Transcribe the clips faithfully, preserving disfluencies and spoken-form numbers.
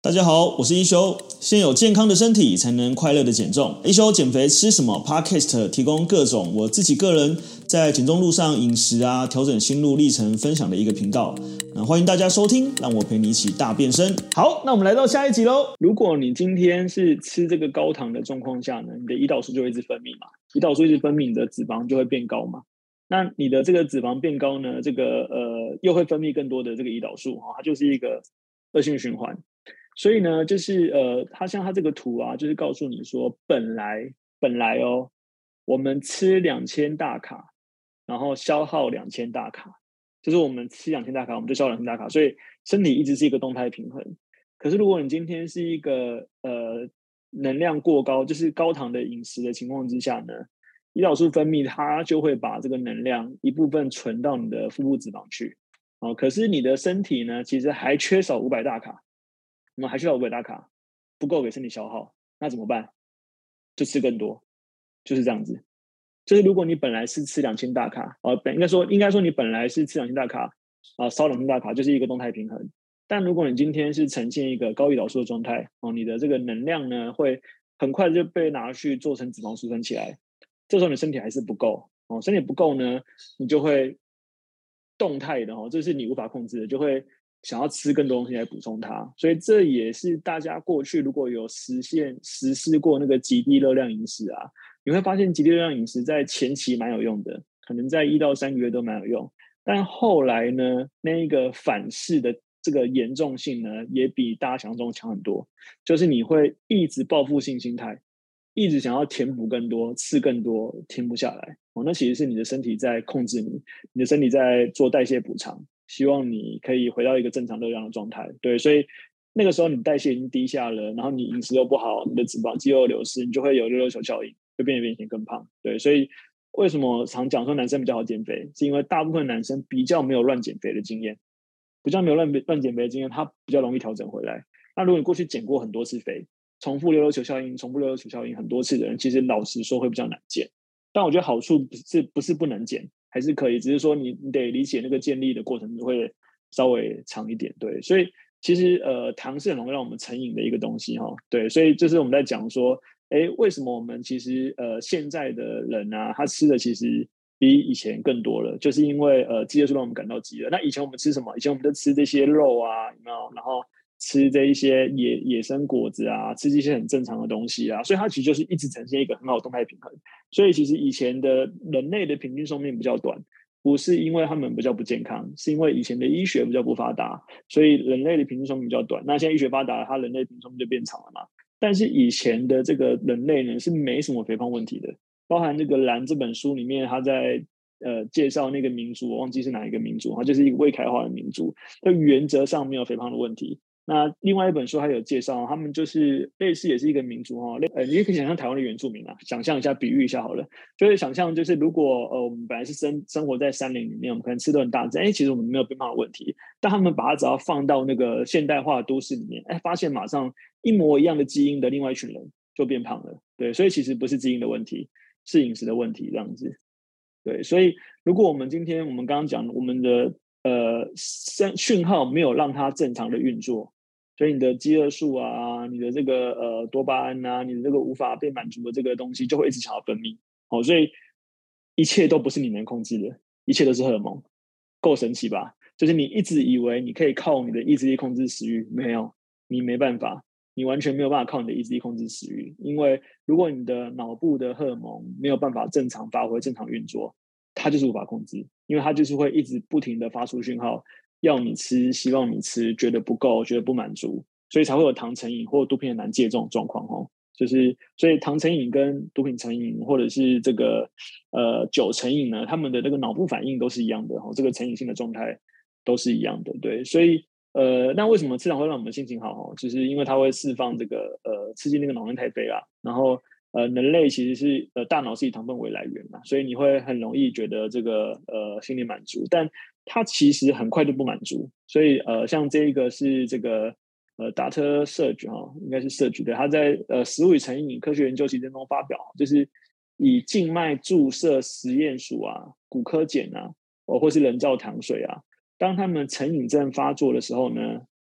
大家好，我是一休。先有健康的身体，才能快乐的减重。一休减肥吃什么 Podcast 提供各种我自己个人在减重路上饮食啊、调整心路历程分享的一个频道。那欢迎大家收听，让我陪你一起大变身。好，那我们来到下一集喽。如果你今天是吃这个高糖的状况下呢，你的胰岛素就会一直分泌嘛，胰岛素一直分泌，你的脂肪就会变高嘛。那你的这个脂肪变高呢，这个呃又会分泌更多的这个胰岛素，它就是一个恶性循环。所以呢，就是呃，它像它这个图啊，就是告诉你说，本来本来哦，我们吃两千大卡，然后消耗两千大卡，就是我们吃两千大卡，我们就消耗两千大卡，所以身体一直是一个动态平衡。可是如果你今天是一个呃能量过高，就是高糖的饮食的情况之下呢，胰岛素分泌它就会把这个能量一部分存到你的腹部脂肪去，哦，可是你的身体呢，其实还缺少五百大卡。我们还需要五百大卡，不够给身体消耗，那怎么办？就吃更多，就是这样子。就是如果你本来是吃两千大卡，呃，应该说应该说你本来是吃两千大卡，啊、呃，烧两千大卡就是一个动态平衡。但如果你今天是呈现一个高胰岛素的状态，哦，你的这个能量呢会很快就被拿去做成脂肪储存起来，这时候你身体还是不够，哦，身体不够呢，你就会动态的哦，这是你无法控制的，就会想要吃更多东西来补充它，所以这也是大家过去如果有实现实施过那个极低热量饮食啊，你会发现极低热量饮食在前期蛮有用的，可能在一到三个月都蛮有用，但后来呢，那一个反噬的这个严重性呢，也比大家想象中强很多，就是你会一直报复性心态，一直想要填补更多，吃更多，停不下来。哦，那其实是你的身体在控制你，你的身体在做代谢补偿。希望你可以回到一个正常热量的状态，对，所以那个时候你代谢已经低下了，然后你饮食又不好，你的脂肪肌肉流失，你就会有溜溜球效应，就变得比以前更胖，对，所以为什么常讲说男生比较好减肥，是因为大部分男生比较没有乱减肥的经验，比较没有乱乱减肥的经验，他比较容易调整回来。那如果你过去减过很多次肥，重复溜溜球效应，重复溜溜球效应很多次的人，其实老实说会比较难减。但我觉得好处不是不是不能减，还是可以，只是说你你得理解那个建立的过程会稍微长一点，对，所以其实呃糖是很容易让我们成瘾的一个东西哈，对，所以就是我们在讲说，哎，为什么我们其实呃现在的人啊，他吃的其实比以前更多了，就是因为呃饥饿素让我们感到饥饿。那以前我们吃什么？以前我们就吃这些肉啊，有没有？然后吃这一些野野生果子啊，吃这些很正常的东西啊，所以它其实就是一直呈现一个很好的动态平衡。所以其实以前的人类的平均寿命比较短，不是因为他们比较不健康，是因为以前的医学比较不发达，所以人类的平均寿命比较短。那现在医学发达，它人类平均寿命就变长了嘛。但是以前的这个人类呢，是没什么肥胖问题的，包含这个《蓝》这本书里面，他在呃介绍那个民族，我忘记是哪一个民族，它就是一个未开化的民族，在原则上没有肥胖的问题。那另外一本书还有介绍，他们就是类似也是一个民族哈，呃，你也可以想象台湾的原住民啊，想象一下，比喻一下好了，就是想象就是如果呃我们本来是生生活在山林里面，我们可能吃的很大只，哎，其实我们没有变胖的问题，但他们把它只要放到那个现代化的都市里面，哎，发现马上一模一样的基因的另外一群人就变胖了，对，所以其实不是基因的问题，是饮食的问题这样子，对，所以如果我们今天我们刚刚讲我们的呃讯号没有让它正常的运作。所以你的饥饿素啊，你的这个呃多巴胺啊，你的这个无法被满足的这个东西，就会一直想要分泌。好、哦，所以一切都不是你能控制的，一切都是荷尔蒙，够神奇吧？就是你一直以为你可以靠你的意志力控制食欲，没有，你没办法，你完全没有办法靠你的意志力控制食欲，因为如果你的脑部的荷尔蒙没有办法正常发挥、正常运作，它就是无法控制，因为它就是会一直不停的发出讯号。要你吃，希望你吃，觉得不够，觉得不满足，所以才会有糖成瘾或毒品很难戒这种状况哦。就是所以糖成瘾跟毒品成瘾，或者是这个呃酒成瘾呢，他们的那个脑部反应都是一样的哦，这个成瘾性的状态都是一样的。对，所以呃，那为什么吃糖会让我们心情好哦？就是因为它会释放这个呃刺激那个脑内啡肽啊，然后呃人类其实是呃大脑是以糖分为来源嘛，所以你会很容易觉得这个呃心理满足，但它其实很快就不满足，所以呃，像这一个是这个呃达特社局哈，应该是社局的，他在呃食物与成瘾科学研究期间中发表，就是以静脉注射实验鼠啊、骨科碱啊，哦或是人造糖水啊，当他们成瘾症发作的时候呢，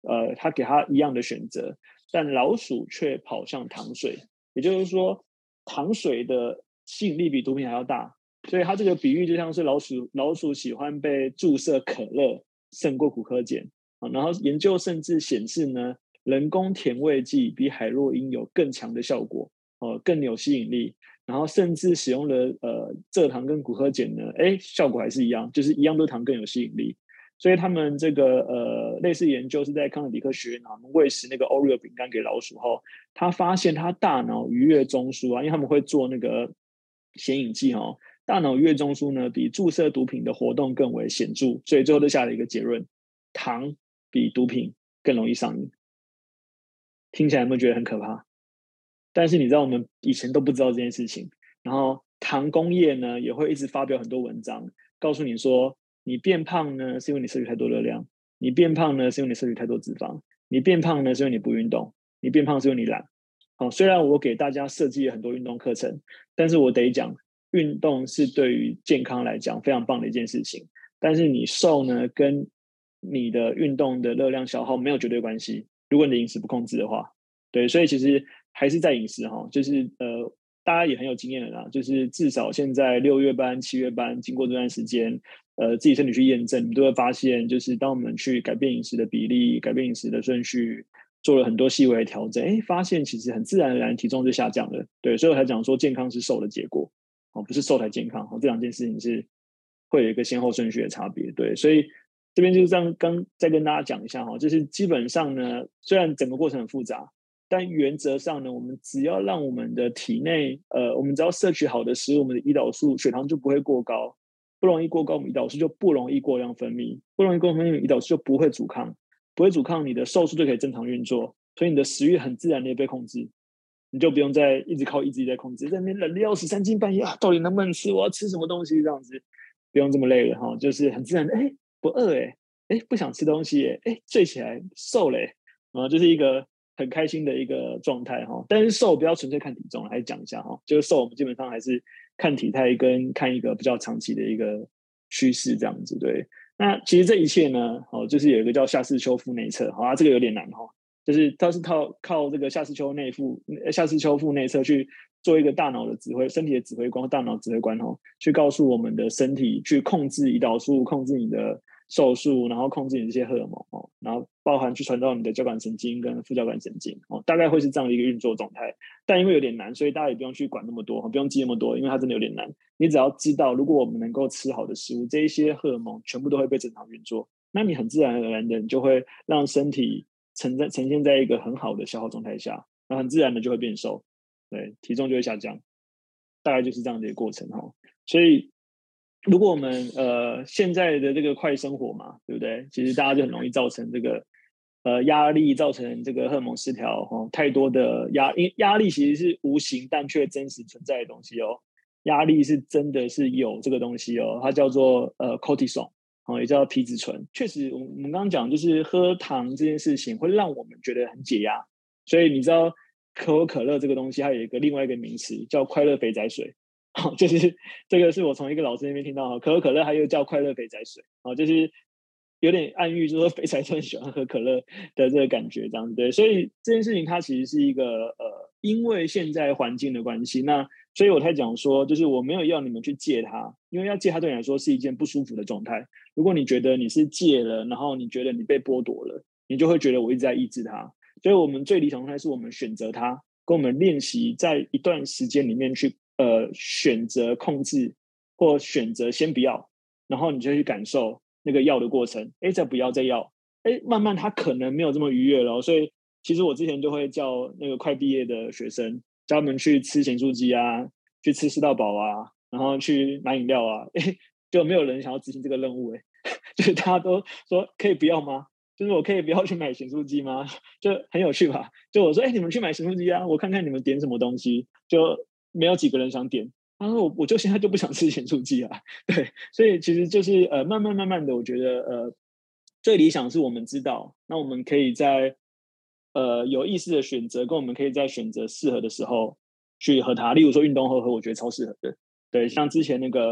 呃，他给他一样的选择，但老鼠却跑向糖水，也就是说，糖水的吸引力比毒品还要大。所以他这个比喻就像是老鼠，老鼠喜欢被注射可乐胜过古柯碱。然后研究甚至显示呢，人工甜味剂比海洛因有更强的效果，呃，更有吸引力。然后甚至使用了呃蔗糖跟古柯碱呢，哎，效果还是一样，就是一样都糖更有吸引力。所以他们这个呃类似研究是在康乃狄克学院啊，喂食那个 Oreo 饼干给老鼠后，他发现他大脑愉悦中枢啊，因为他们会做那个显影剂哦，大脑愉悦中枢呢比注射毒品的活动更为显著，所以最后就下了一个结论：糖比毒品更容易上瘾。听起来有没有觉得很可怕？但是你知道我们以前都不知道这件事情，然后糖工业呢也会一直发表很多文章，告诉你说你变胖呢是因为你摄取太多热量，你变胖呢是因为你摄取太多脂肪，你变胖呢是因为你不运动，你变胖是因为你懒。好，虽然我给大家设计了很多运动课程，但是我得讲，运动是对于健康来讲非常棒的一件事情。但是你瘦呢，跟你的运动的热量消耗没有绝对关系。如果你的饮食不控制的话，对，所以其实还是在饮食哈，就是呃，大家也很有经验了啦，就是至少现在六月班、七月班，经过这段时间，呃，自己身体去验证，你都会发现，就是当我们去改变饮食的比例、改变饮食的顺序，做了很多细微的调整，哎，发现其实很自然而然体重就下降了。对，所以我才讲说健康是瘦的结果，哦，不是瘦才健康，哦，这两件事情是会有一个先后顺序的差别。对，所以这边就是这样，刚再跟大家讲一下哈，就是基本上呢，虽然整个过程很复杂，但原则上呢，我们只要让我们的体内，呃，我们只要摄取好的食物，我们的胰岛素、血糖就不会过高，不容易过高，我们胰岛素就不容易过量分泌，不容易过量分泌，胰岛素就不会阻抗。不会阻抗，你的瘦素就可以正常运作，所以你的食欲很自然的被控制，你就不用再一直靠意志力在控制，在那边冷的要死，三更半夜啊，到底能不能吃？我要吃什么东西？这样子不用这么累了哈，就是很自然的，哎，不饿哎，哎，不想吃东西哎，睡起来瘦嘞，啊，就是一个很开心的一个状态哈。但是瘦不要纯粹看体重，还是讲一下哈，就是瘦我们基本上还是看体态跟看一个比较长期的一个趋势这样子，对。那其实这一切呢，哦，就是有一个叫下视丘腹内侧，好啊，这个有点难哈，就是它是靠靠这个下视丘内腹、下视丘腹内侧去做一个大脑的指挥、身体的指挥官、大脑指挥官哈，去告诉我们的身体去控制胰岛素、控制你的瘦素，然后控制你这些荷尔蒙哦，然后包含去传到你的交感神经跟副交感神经哦，大概会是这样的一个运作状态。但因为有点难，所以大家也不用去管那么多，不用记那么多，因为它真的有点难。你只要知道，如果我们能够吃好的食物，这一些荷尔蒙全部都会被正常运作，那你很自然而然的，你就会让身体呈在呈现在一个很好的消耗状态下，然后很自然的就会变瘦，对，体重就会下降，大概就是这样的一个过程哈。所以，如果我们呃现在的这个快生活嘛，对不对？其实大家就很容易造成这个呃压力，造成这个荷尔蒙失调哦，太多的压，因压力其实是无形但却真实存在的东西哦。压力是真的是有这个东西哦，它叫做呃 cortisol，哦，也叫皮质醇。确实，我们刚刚讲就是喝糖这件事情会让我们觉得很解压，所以你知道可口可乐这个东西，它有一个另外一个名词叫快乐肥仔水。哦，就是这个是我从一个老师那边听到，可口可乐它又叫快乐肥仔水，哦，就是有点暗喻，就是说肥仔就很喜欢喝可乐的这个感觉，这样子对。所以这件事情它其实是一个呃，因为现在环境的关系，那所以我才讲说，就是我没有要你们去戒它，因为要戒它对你来说是一件不舒服的状态。如果你觉得你是戒了，然后你觉得你被剥夺了，你就会觉得我一直在抑制它。所以我们最理想状态是我们选择它，跟我们练习在一段时间里面去呃选择控制或选择先不要，然后你就去感受那个要的过程，哎，再不要再要，哎，慢慢它可能没有这么愉悦了。所以其实我之前就会叫那个快毕业的学生，叫他们去吃咸酥鸡啊，去吃吃到饱啊，然后去买饮料啊，哎，就没有人想要执行这个任务，哎，就是大家都说可以不要吗？就是我可以不要去买咸酥鸡吗？就很有趣吧？就我说，哎、欸，你们去买咸酥鸡啊，我看看你们点什么东西，就没有几个人想点。他说我我就现在就不想吃咸酥鸡啊，对，所以其实就是呃慢慢慢慢的，我觉得呃最理想是我们知道，那我们可以在呃有意识的选择，跟我们可以在选择适合的时候去和它，例如说运动后喝，我觉得超适合的。对，像之前那个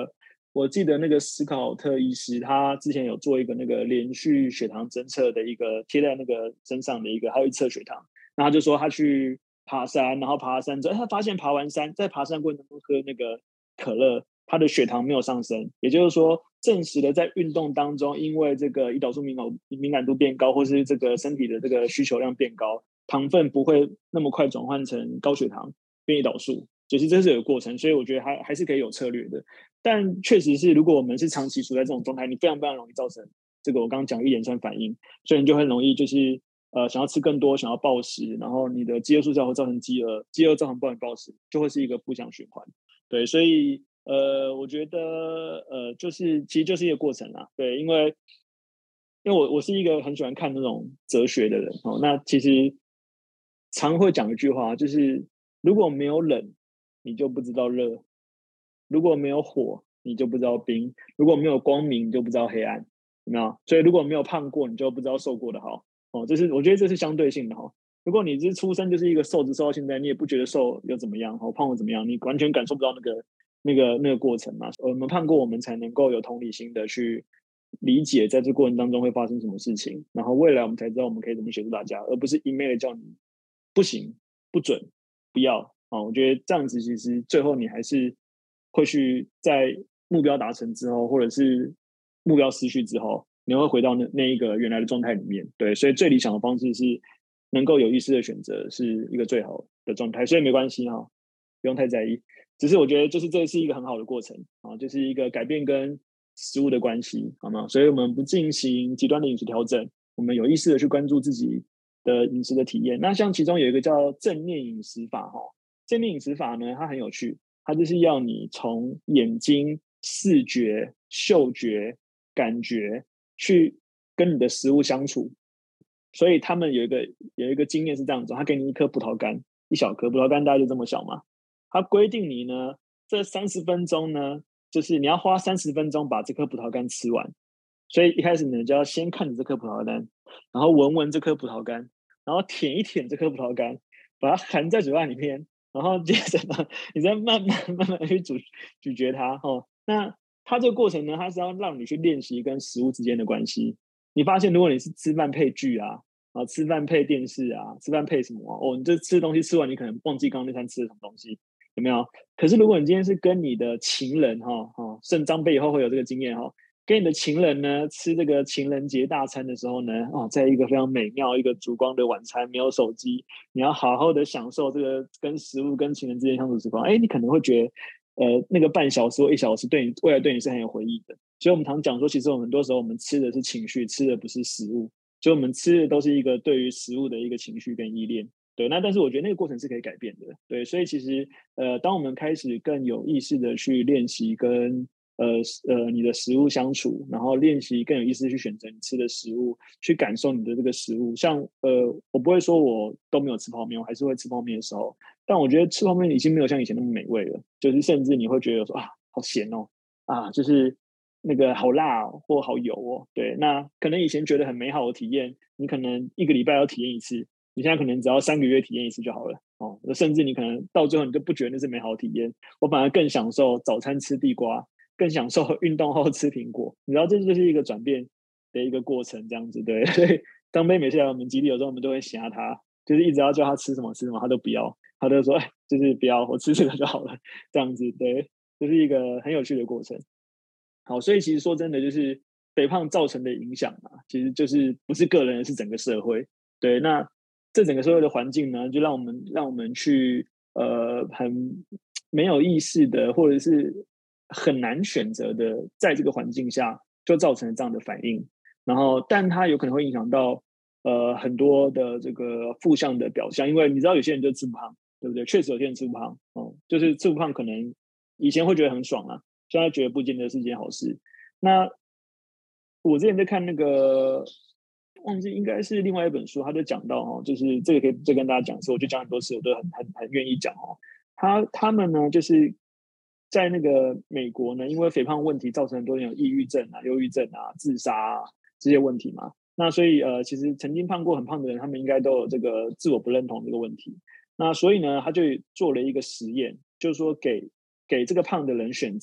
我记得那个史考特医师，他之前有做一个那个连续血糖侦测的一个贴在那个身上的一个，他会测血糖。然后他就说他去爬山，然后爬山之后，他发现爬完山，在爬山过程中喝那个可乐，他的血糖没有上升，也就是说，证实了在运动当中，因为这个胰岛素敏感敏感度变高，或是这个身体的这个需求量变高，糖分不会那么快转换成高血糖变胰岛素，就是这是有个过程，所以我觉得还还是可以有策略的。但确实是，如果我们是长期处在这种状态，你非常非常容易造成这个我刚刚讲一连串反应，所以你就很容易就是呃想要吃更多，想要暴食，然后你的饥饿素效会造成饥饿，饥饿造成不能暴食，就会是一个负向循环。对，所以呃，我觉得呃，就是其实就是一个过程啦。对，因为因为我我是一个很喜欢看那种哲学的人哦，那其实常会讲一句话，就是如果没有冷，你就不知道热；如果没有火，你就不知道冰；如果没有光明，你就不知道黑暗，有没有？所以如果没有胖过，你就不知道瘦过的好哦。这是我觉得这是相对性的哈、哦。如果你是出生就是一个瘦子，瘦到现在，你也不觉得瘦又怎么样，哦，胖又怎么样，你完全感受不到那个那个那个过程嘛。我们胖过，我们才能够有同理心的去理解，在这过程当中会发生什么事情，然后未来我们才知道我们可以怎么协助大家，而不是一昧的叫你不行、不准、不要啊。我觉得这样子其实最后你还是会去在目标达成之后，或者是目标失去之后，你会回到那那一个原来的状态里面。对，所以最理想的方式是能够有意识的选择，是一个最好的状态。所以没关系哈，不用太在意。只是我觉得，就是这是一个很好的过程啊，就是一个改变跟食物的关系，好吗？所以我们不进行极端的饮食调整，我们有意识的去关注自己的饮食的体验。那像其中有一个叫正念饮食法哈，正念饮食法呢，它很有趣，它就是要你从眼睛、视觉、嗅觉、感觉去跟你的食物相处。所以他们有一个有一个经验是这样子，他给你一颗葡萄干，一小颗葡萄干大概就这么小嘛，他规定你呢这三十分钟呢，就是你要花三十分钟把这颗葡萄干吃完。所以一开始呢，就要先看着这颗葡萄干，然后闻闻这颗葡萄干，然后舔一舔这颗葡萄干，把它含在嘴巴里面，然后接着呢，你再慢慢慢慢去咀咀嚼它。哦，那它这个过程呢，它是要让你去练习跟食物之间的关系。你发现，如果你是吃饭配剧啊，啊，吃饭配电视啊，吃饭配什么啊？哦，你这吃东西吃完，你可能忘记刚刚那餐吃了什么东西，有没有？可是如果你今天是跟你的情人哈，哈，肾脏背以后会有这个经验哈，跟你的情人呢吃这个情人节大餐的时候呢，哦，在一个非常美妙一个烛光的晚餐，没有手机，你要好好的享受这个跟食物跟情人之间相处时光。哎，你可能会觉得，呃，那个半小时或一小时对你未来对你是很有回忆的。所以我们常讲说，其实我们很多时候我们吃的是情绪，吃的不是食物。所以我们吃的都是一个对于食物的一个情绪跟依恋。对，那但是我觉得那个过程是可以改变的。对，所以其实呃，当我们开始更有意识的去练习跟呃呃你的食物相处，然后练习更有意识去选择你吃的食物，去感受你的这个食物。像呃，我不会说我都没有吃泡面，我还是会吃泡面的时候，但我觉得吃泡面已经没有像以前那么美味了，就是甚至你会觉得说啊，好咸哦，啊，就是那个好辣哦，或好油哦。对，那可能以前觉得很美好的体验，你可能一个礼拜要体验一次，你现在可能只要三个月体验一次就好了哦。甚至你可能到最后你就不觉得那是美好的体验，我反而更享受早餐吃地瓜，更享受运动后吃苹果。你知道，这就是一个转变的一个过程，这样子。对，所以当妹每次来我们基地，有时候我们都会吓他，就是一直要叫他吃什么吃什么，他都不要，他都说就是不要，我吃这个就好了，这样子。对，这、就是一个很有趣的过程。好，所以其实说真的，就是肥胖造成的影响啊，其实就是不是个人，是整个社会。对，那这整个社会的环境呢，就让我们让我们去呃很没有意识的，或者是很难选择的，在这个环境下就造成了这样的反应。然后，但它有可能会影响到呃很多的这个负向的表象，因为你知道有些人就吃不胖，对不对？确实有些人吃不胖哦，就是吃不胖，可能以前会觉得很爽啊，现在觉得不见得是一件好事。那我之前在看那个，忘记应该是另外一本书，他就讲到哈，就是这个可以再跟大家讲一次，我就讲很多次，我都很很很愿意讲哦。他他们呢，就是在那个美国呢，因为肥胖问题造成很多人有抑郁症啊、忧郁症啊、自杀啊这些问题嘛。那所以呃，其实曾经胖过很胖的人，他们应该都有这个自我不认同这个问题。那所以呢，他就做了一个实验，就是说给给这个胖的人选择，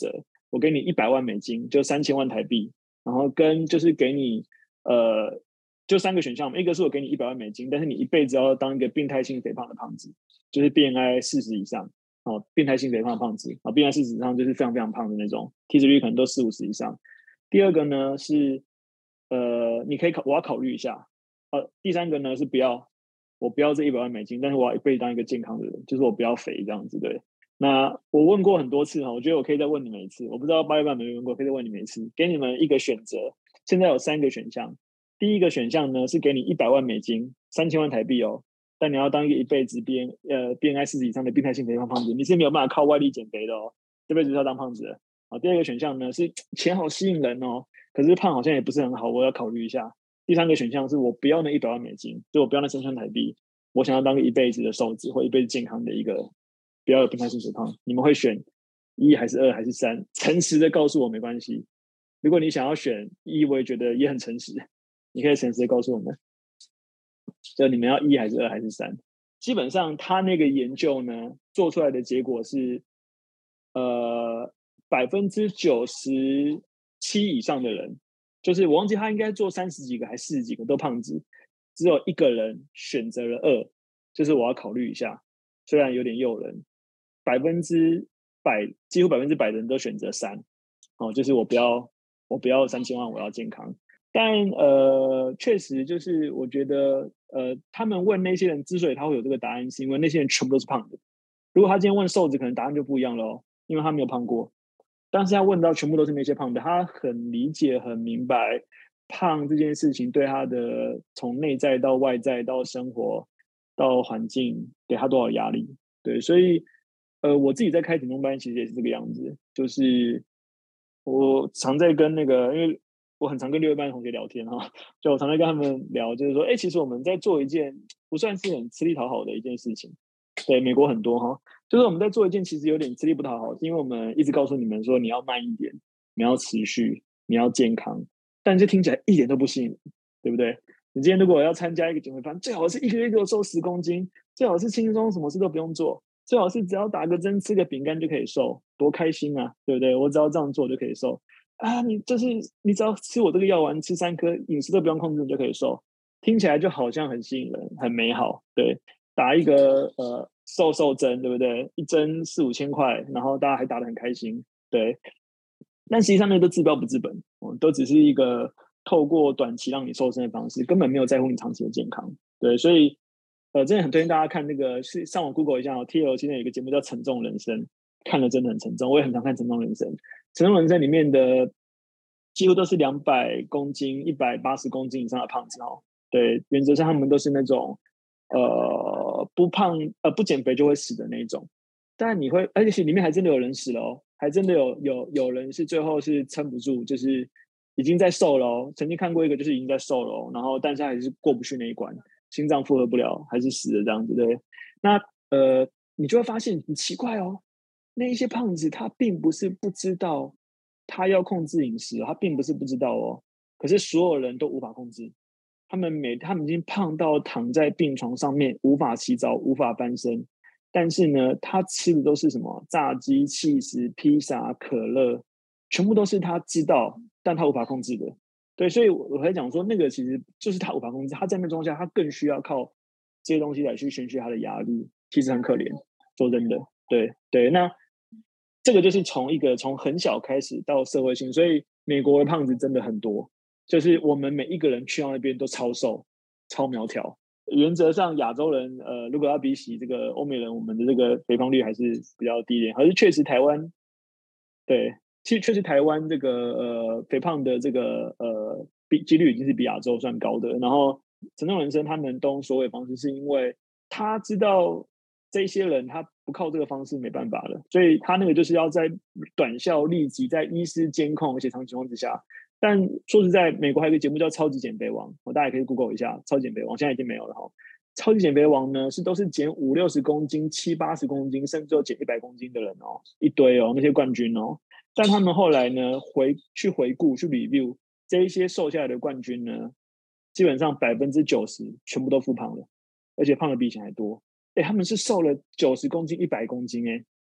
我给你一百万美金，就三千万台币，然后跟就是给你呃，就三个选项，一个是我给你一百万美金，但是你一辈子要当一个病态性肥胖的胖子，就是 B M I 四十以上。哦，病态性肥胖的胖子啊，B M I 四十以上就是非常非常胖的那种，体脂率可能都四五十以上。第二个呢是，呃，你可以考，我要考虑一下。呃，第三个呢是不要，我不要这一百万美金，但是我要一辈子当一个健康的人，就是我不要肥这样子。对，那我问过很多次哈，我觉得我可以再问你们一次，我不知道八月半有没有问过，可以再问你们一次，给你们一个选择。现在有三个选项，第一个选项呢是给你一百万美金，三千万台币哦。但你要当一个一辈子 B N 呃 B M I 四十以上的病态性肥胖胖子，你是没有办法靠外力减肥的哦，这辈子就要当胖子的。好，第二个选项呢是钱好吸引人哦，可是胖好像也不是很好，我要考虑一下。第三个选项是我不要那一百万美金，就我不要那三千台币，我想要当个一辈子的瘦子或一辈子健康的一个，不要有病态性肥胖。你们会选一还是二还是三？诚实的告诉我没关系。如果你想要选一，我也觉得也很诚实，你可以诚实的告诉我们。就你们要一还是二还是三？基本上他那个研究呢，做出来的结果是，呃，百分之九十七以上的人，就是我忘记他应该做三十几个还是四十几个都胖子，只有一个人选择了二，就是我要考虑一下，虽然有点诱人，百分之百几乎百分之百的人都选择三，哦，就是我不要我不要三千万，我要健康。但呃，确实就是我觉得，呃，他们问那些人之所以他会有这个答案，是因为那些人全部都是胖的。如果他今天问瘦子，可能答案就不一样了哦，因为他没有胖过。但是他问到全部都是那些胖的，他很理解、很明白胖这件事情对他的从内在到外在到生活到环境给他多少压力。对，所以呃，我自己在开减重班其实也是这个样子，就是我常在跟那个，因为我很常跟六月班的同学聊天哈，就我常在跟他们聊，就是说，哎，其实我们在做一件不算是很吃力讨好的一件事情，对，美国很多哈，就是我们在做一件其实有点吃力不讨好，因为我们一直告诉你们说你要慢一点，你要持续，你要健康，但这听起来一点都不吸引人，对不对？你今天如果要参加一个减肥班，最好是一个月给我瘦十公斤，最好是轻松，什么事都不用做，最好是只要打个针、吃个饼干就可以瘦，多开心啊，对不对？我只要这样做就可以瘦啊！你就是你只要吃我这个药丸，吃三颗，饮食都不用控制，你就可以瘦。听起来就好像很吸引人，很美好。对，打一个呃瘦瘦针，对不对？一针四五千块，然后大家还打得很开心，对。但实际上那都治标不治本，嗯，都只是一个透过短期让你瘦身的方式，根本没有在乎你长期的健康。对，所以呃，真的很推荐大家看那个，是上网 Google 一下哦，T L 现在有一个节目叫《沉重人生》，看了真的很沉重。我也很常看《沉重人生》，《沉重人生》里面的几乎都是两百公斤、一百八十公斤以上的胖子哦。对，原则上他们都是那种呃不胖呃不减肥就会死的那一种。但你会，而且里面还真的有人死了哦，还真的有有有人是最后是撑不住，就是已经在瘦了哦。曾经看过一个，就是已经在瘦了哦，然后但是还是过不去那一关，心脏负荷不了，还是死了这样子。对，那呃，你就会发现很奇怪哦，那一些胖子他并不是不知道他要控制饮食，他并不是不知道哦，可是所有人都无法控制，他们每他们已经胖到躺在病床上面，无法洗澡，无法翻身。但是呢，他吃的都是什么炸鸡、气食、披萨、可乐，全部都是他知道，但他无法控制的。对，所以我会讲说，那个其实就是他无法控制，他在那状况下，他更需要靠这些东西来去宣泄他的压力，其实很可怜。说真的，对对，那这个就是从一个从很小开始到社会性，所以美国的胖子真的很多，就是我们每一个人去到那边都超瘦、超苗条。原则上，亚洲人呃，如果要比起这个欧美人，我们的这个肥胖率还是比较低一点。可是确实台湾，对，其实确实台湾这个呃肥胖的这个呃比几率已经是比亚洲算高的。然后陈重人生他们都用所谓方式，是因为他知道这些人他不靠这个方式没办法了，所以他那个就是要在短效、立即、在医师监控而且长期情况之下。但说实在，美国还有一个节目叫《超级减肥王》，哦，大家也可以 Google 一下《超级减肥王》，现在已经没有了哈。超级减肥王呢，是都是减五六十公斤、七八十公斤，甚至有减一百公斤的人哦，一堆哦，那些冠军哦。但他们后来呢，回去回顾去 review 这一些瘦下来的冠军呢，基本上百分之九十全部都复胖了，而且胖的比以前还多。哎，他们是瘦了九十公斤、一百公斤，哎，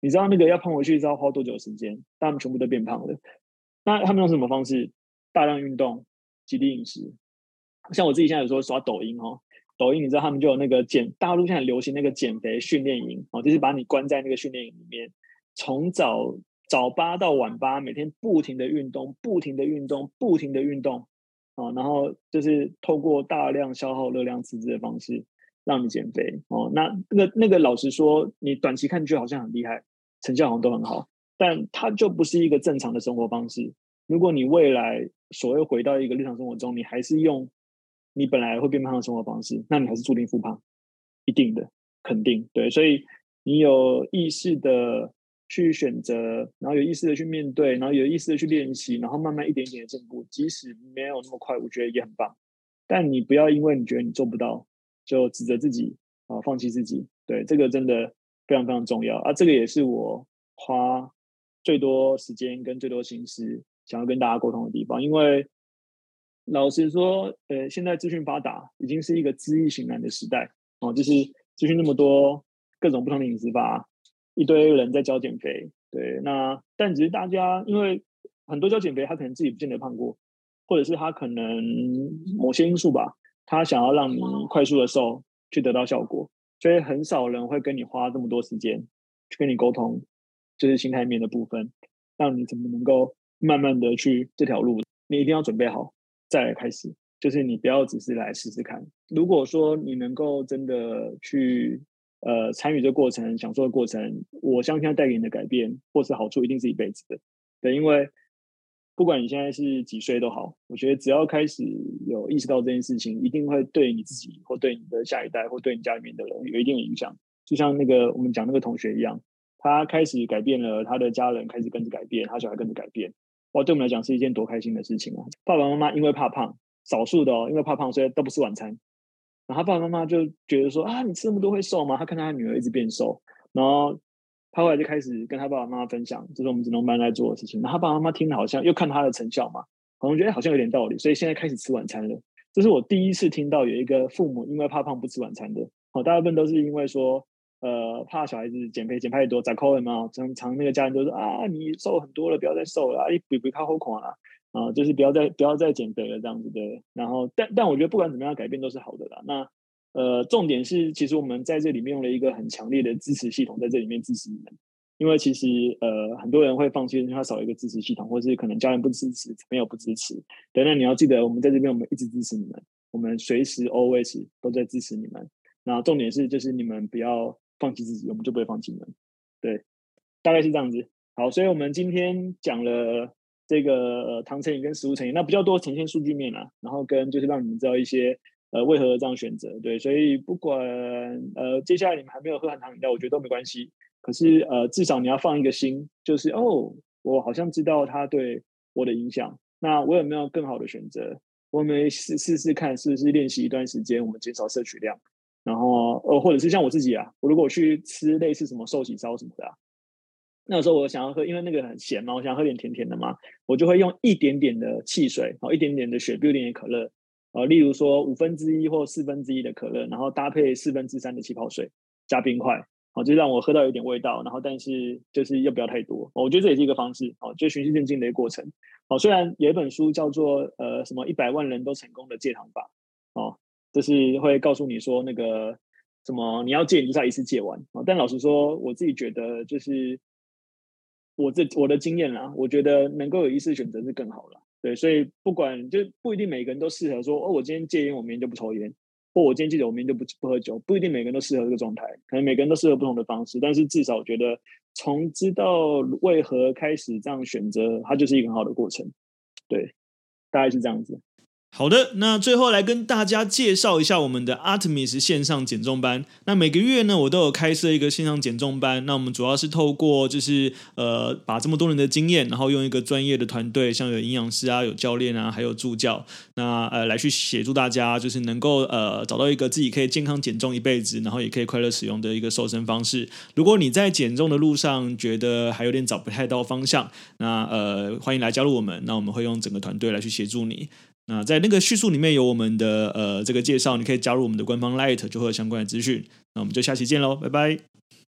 你知道那个要胖回去是要花多久时间？但他们全部都变胖了。那他们用什么方式？大量运动、极力饮食。像我自己现在有时候刷抖音哈，抖音你知道他们就有那个减，大陆现在流行那个减肥训练营哦，就是把你关在那个训练营里面，从早早八到晚八，每天不停的运动，不停的运动，不停的运动哦，然后就是透过大量消耗热量赤字的方式让你减肥哦。那那个那个老实说，你短期看去好像很厉害，成效好像都很好，但它就不是一个正常的生活方式。如果你未来所谓回到一个日常生活中，你还是用你本来会变胖的生活方式，那你还是注定复胖，一定的，肯定对。所以你有意识的去选择，然后有意识的去面对，然后有意识的去练习，然后慢慢一点一点的进步，即使没有那么快，我觉得也很棒。但你不要因为你觉得你做不到，就指责自己啊，放弃自己。对，这个真的非常非常重要啊！这个也是我花最多时间跟最多心思想要跟大家沟通的地方，因为老实说，呃，现在资讯发达，已经是一个知易行难的时代哦，就是资讯那么多，各种不同的饮食法，一堆人在教减肥，对，那但只是大家因为很多教减肥，他可能自己不见得胖过，或者是他可能某些因素吧，他想要让你快速的瘦，去得到效果，所以很少人会跟你花这么多时间去跟你沟通，就是心态面的部分，让你怎么能够慢慢的去这条路，你一定要准备好再来开始，就是你不要只是来试试看。如果说你能够真的去呃参与这个过程，享受的过程，我相信它带给你的改变或是好处一定是一辈子的。对，因为不管你现在是几岁都好，我觉得只要开始有意识到这件事情，一定会对你自己或对你的下一代或对你家里面的人有一定的影响。就像那个我们讲那个同学一样，他开始改变了，他的家人开始跟着改变，他小孩跟着改变。哇，对我们来讲是一件多开心的事情啊！爸爸妈妈因为怕胖，少数的哦，因为怕胖，所以都不吃晚餐。然后他爸爸妈妈就觉得说啊，你吃那么多会瘦吗？他看到他女儿一直变瘦，然后他后来就开始跟他爸爸妈妈分享，这是我们职能班在做的事情。然后他爸爸妈妈听了好像又看他的成效嘛，好像觉得好像有点道理，所以现在开始吃晚餐了。这是我第一次听到有一个父母因为怕胖不吃晚餐的。哦，大部分都是因为说。呃，怕小孩子减肥减太多，咋扣了嘛？常常那个家人都说啊，你瘦很多了，不要再瘦了，你比比靠后款啊，啊，就是不要再不要再减肥了这样子的。然后，但但我觉得不管怎么样，改变都是好的啦。那呃，重点是，其实我们在这里面用了一个很强烈的支持系统在这里面支持你们，因为其实呃，很多人会放弃，因为他少一个支持系统，或是可能家人不支持，朋友不支持。对，那你要记得，我们在这边我们一直支持你们，我们随时 always 都在支持你们。那重点是，就是你们不要放弃自己，我们就不会放弃你们。对，大概是这样子。好，所以我们今天讲了这个呃糖成瘾跟食物成瘾，那比较多呈现数据面啦，然后跟就是让你们知道一些呃为何这样选择。对，所以不管呃接下来你们还没有喝含糖饮料，我觉得都没关系。可是呃至少你要放一个心，就是哦，我好像知道它对我的影响，那我有没有更好的选择？我有没有试试试看，是不是练习一段时间，我们减少摄取量？然后呃，或者是像我自己啊，我如果去吃类似什么寿喜烧什么的啊，那时候我想要喝，因为那个很咸嘛，我想要喝点甜甜的嘛，我就会用一点点的汽水，然后一点点的雪碧，一点点可乐，呃，例如说五分之一或四分之一的可乐，然后搭配四分之三的气泡水加冰块，好，就让我喝到有点味道，然后但是就是又不要太多，我觉得这也是一个方式，哦，就循序渐进的一个过程。哦，虽然有一本书叫做呃什么一百万人都成功的戒糖法，哦。就是会告诉你说那个什么你要戒，你就是要一次戒完。但老实说，我自己觉得就是我这我的经验啦，我觉得能够有意识选择是更好啦。对，所以不管就不一定每个人都适合说哦，我今天戒烟，我明天就不抽烟，或我今天戒酒，我明天就不不喝酒，不一定每个人都适合这个状态，可能每个人都适合不同的方式。但是至少我觉得从知道为何开始这样选择，它就是一个很好的过程。对，大概是这样子。 好的，那最后来跟大家介绍一下我们的 Artemis 线上减重班。那每个月呢，我都有开设一个线上减重班。那我们主要是透过就是呃，把这么多人的经验，然后用一个专业的团队，像有营养师啊、有教练啊，还有助教，那呃来去协助大家，就是能够呃找到一个自己可以健康减重一辈子，然后也可以快乐使用的一个瘦身方式。如果你在减重的路上觉得还有点找不太到方向，那呃欢迎来加入我们。那我们会用整个团队来去协助你。那在那个叙述里面有我们的呃这个介绍，你可以加入我们的官方 Lite 就会有相关的资讯。那我们就下期见喽，拜拜。